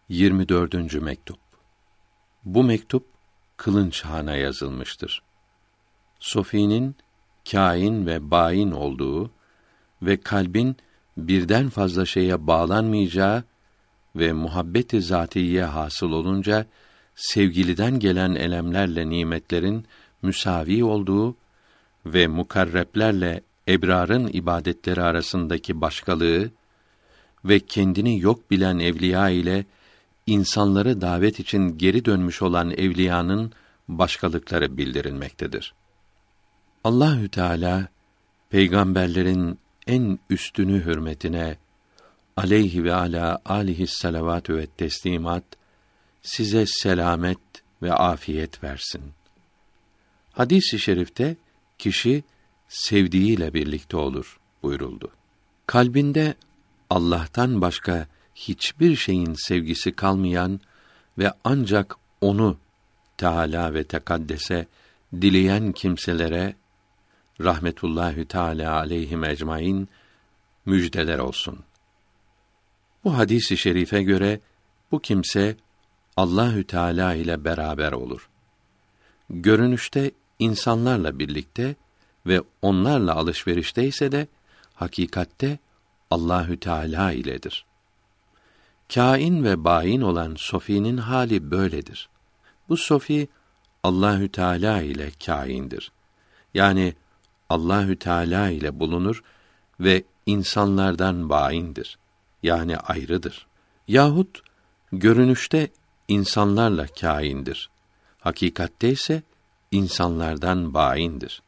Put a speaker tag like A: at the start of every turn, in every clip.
A: 24. mektup. Bu mektup Kılınç Han'a yazılmıştır. Sofi'nin kâin ve bâin olduğu ve kalbin birden fazla şeye bağlanmayacağı ve muhabbet-i zâtiye hasıl olunca sevgiliden gelen elemlerle nimetlerin müsavi olduğu ve mukarreplerle ebrarın ibadetleri arasındaki başkalığı ve kendini yok bilen evliya ile insanları davet için geri dönmüş olan evliyanın başkalıkları bildirilmektedir. Allahü Teala peygamberlerin en üstünü hürmetine aleyhi ve ala alihi's-salavatü ve teslimat size selamet ve afiyet versin. Hadis-i şerifte kişi sevdiğiyle birlikte olur buyuruldu. Kalbinde Allah'tan başka hiçbir şeyin sevgisi kalmayan ve ancak onu Teâlâ ve Tekaddese dileyen kimselere rahmetullahi teâlâ aleyhim ecmaîn müjdeler olsun. Bu hadis-i şerife göre bu kimse Allahü Teâlâ ile beraber olur. Görünüşte insanlarla birlikte ve onlarla alışverişte ise de hakikatte Allahü Teâlâ iledir. Kâin ve bâin olan Sofi'nin hali böyledir. Bu Sofi Allahü Teâlâ ile kâindir. Yani Allahü Teâlâ ile bulunur ve insanlardan bâindir. Yani ayrıdır. Yahut görünüşte insanlarla kâindir. Hakikatte ise insanlardan bâindir.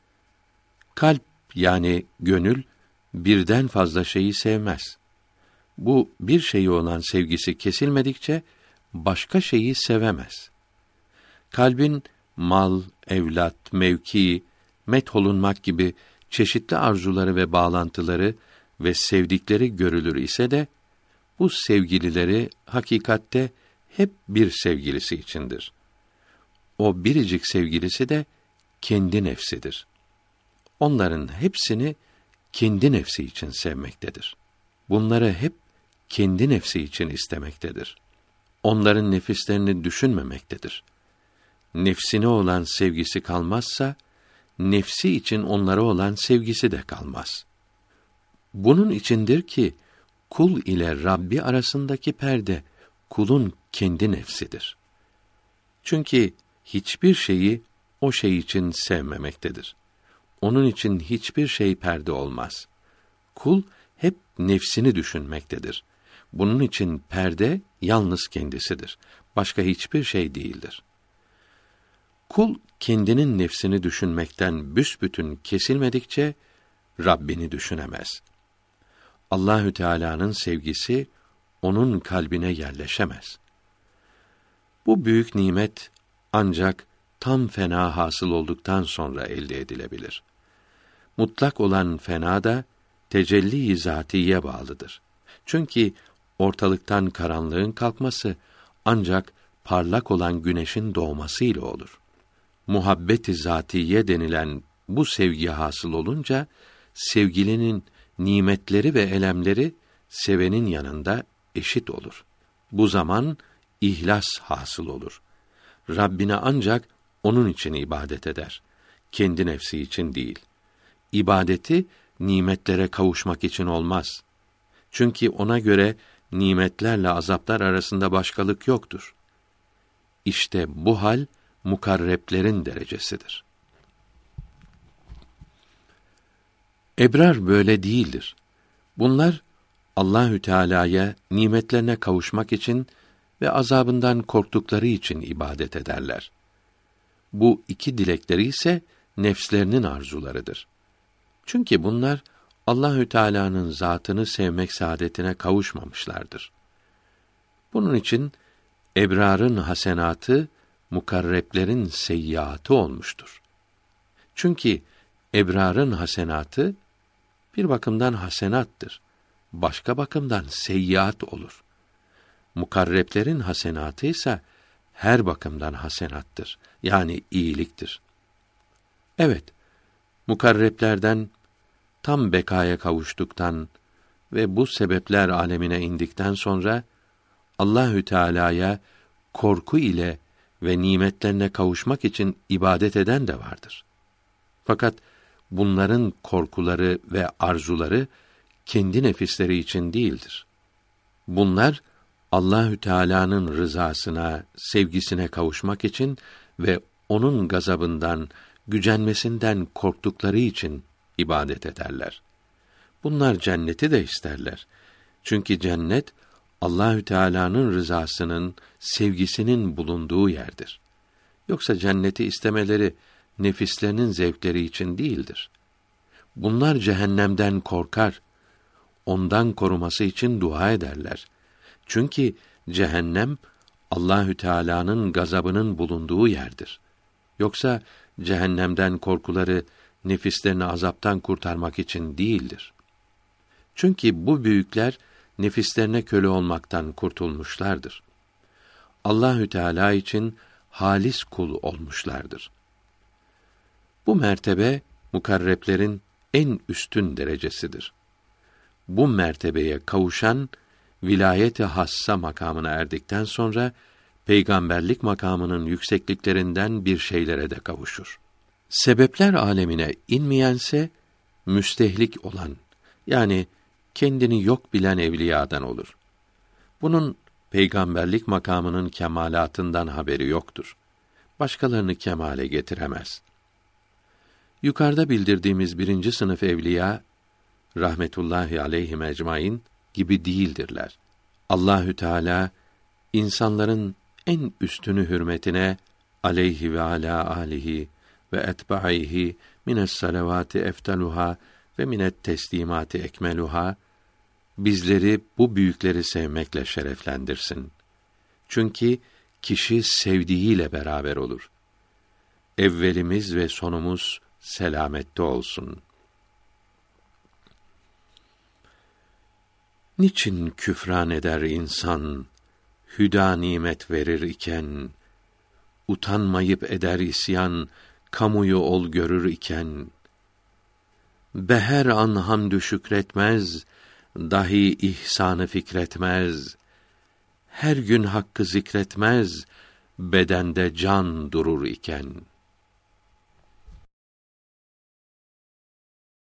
A: Kalp yani gönül birden fazla şeyi sevmez. Bu bir şeyi olan sevgisi kesilmedikçe başka şeyi sevemez. Kalbin mal, evlat, mevki, metholunmak gibi çeşitli arzuları ve bağlantıları ve sevdikleri görülür ise de bu sevgilileri hakikatte hep bir sevgilisi içindir. O biricik sevgilisi de kendi nefsidir. Onların hepsini kendi nefsi için sevmektedir. Bunları hep kendi nefsi için istemektedir. Onların nefislerini düşünmemektedir. Nefsine olan sevgisi kalmazsa, nefsi için onlara olan sevgisi de kalmaz. Bunun içindir ki, kul ile Rabbi arasındaki perde, kulun kendi nefsidir. Çünkü hiçbir şeyi o şey için sevmemektedir. Onun için hiçbir şey perde olmaz. Kul hep nefsini düşünmektedir. Bunun için perde yalnız kendisidir. Başka hiçbir şey değildir. Kul kendinin nefsini düşünmekten büsbütün kesilmedikçe Rabbini düşünemez. Allahü Teala'nın sevgisi onun kalbine yerleşemez. Bu büyük nimet ancak tam fena hasıl olduktan sonra elde edilebilir. Mutlak olan fena da tecelli-i zâtiye bağlıdır. Çünkü ortalıktan karanlığın kalkması ancak parlak olan güneşin doğmasıyla olur. Muhabbet-i zâtiye denilen bu sevgi hasıl olunca sevgilinin nimetleri ve elemleri sevenin yanında eşit olur. Bu zaman ihlas hasıl olur. Rabbine ancak onun için ibadet eder. Kendi nefsi için değil. İbadeti nimetlere kavuşmak için olmaz. Çünkü ona göre nimetlerle azaplar arasında başkalık yoktur. İşte bu hal mukarreplerin derecesidir. Ebrar böyle değildir. Bunlar Allahü Teala'ya nimetlerine kavuşmak için ve azabından korktukları için ibadet ederler. Bu iki dilekleri ise nefslerinin arzularıdır. Çünkü bunlar Allahü Teala'nın zatını sevmek saadetine kavuşmamışlardır. Bunun için ebrarın hasenatı mukarreplerin seyyiatı olmuştur. Çünkü ebrarın hasenatı bir bakımdan hasenattır. Başka bakımdan seyyiat olur. Mukarreplerin hasenatı ise her bakımdan hasenattır. Yani iyiliktir. Evet, mukarreplerden tam bekaya kavuştuktan ve bu sebepler alemine indikten sonra Allahü Teala'ya korku ile ve nimetlerine kavuşmak için ibadet eden de vardır. Fakat bunların korkuları ve arzuları kendi nefisleri için değildir. Bunlar Allahü Teala'nın rızasına, sevgisine kavuşmak için ve onun gazabından, gücenmesinden korktukları için ibadet ederler. Bunlar cenneti de isterler. Çünkü cennet Allahü Teala'nın rızasının, sevgisinin bulunduğu yerdir. Yoksa cenneti istemeleri nefislerinin zevkleri için değildir. Bunlar cehennemden korkar, ondan koruması için dua ederler. Çünkü cehennem Allahü Teala'nın gazabının bulunduğu yerdir. Yoksa cehennemden korkuları nefislerini azaptan kurtarmak için değildir. Çünkü bu büyükler nefislerine köle olmaktan kurtulmuşlardır. Allahü Teala için halis kul olmuşlardır. Bu mertebe mukarreblerin en üstün derecesidir. Bu mertebeye kavuşan vilayet-i hassa makamına erdikten sonra peygamberlik makamının yüksekliklerinden bir şeylere de kavuşur. Sebepler alemine inmeyense müstehlik olan, yani kendini yok bilen evliyadan olur. Bunun peygamberlik makamının kemalatından haberi yoktur. Başkalarını kemale getiremez. Yukarıda bildirdiğimiz 1. sınıf evliya, rahmetullahi aleyhim ecmaîn gibi değildirler. Allahü Teala insanların en üstünü hürmetine aleyhi ve ala alihi ve etbaihi mines salavati eftaluha ve minet teslimati ekmeluha, bizleri bu büyükleri sevmekle şereflendirsin. Çünkü kişi sevdiğiyle beraber olur. Evvelimiz ve sonumuz selamette olsun. Niçin küfran eder insan, hüda nimet verir iken, utanmayıp eder isyan, kamuyu ol görür iken, beher an hamdü şükretmez, dahi ihsanı fikretmez, her gün hakkı zikretmez, bedende can durur iken.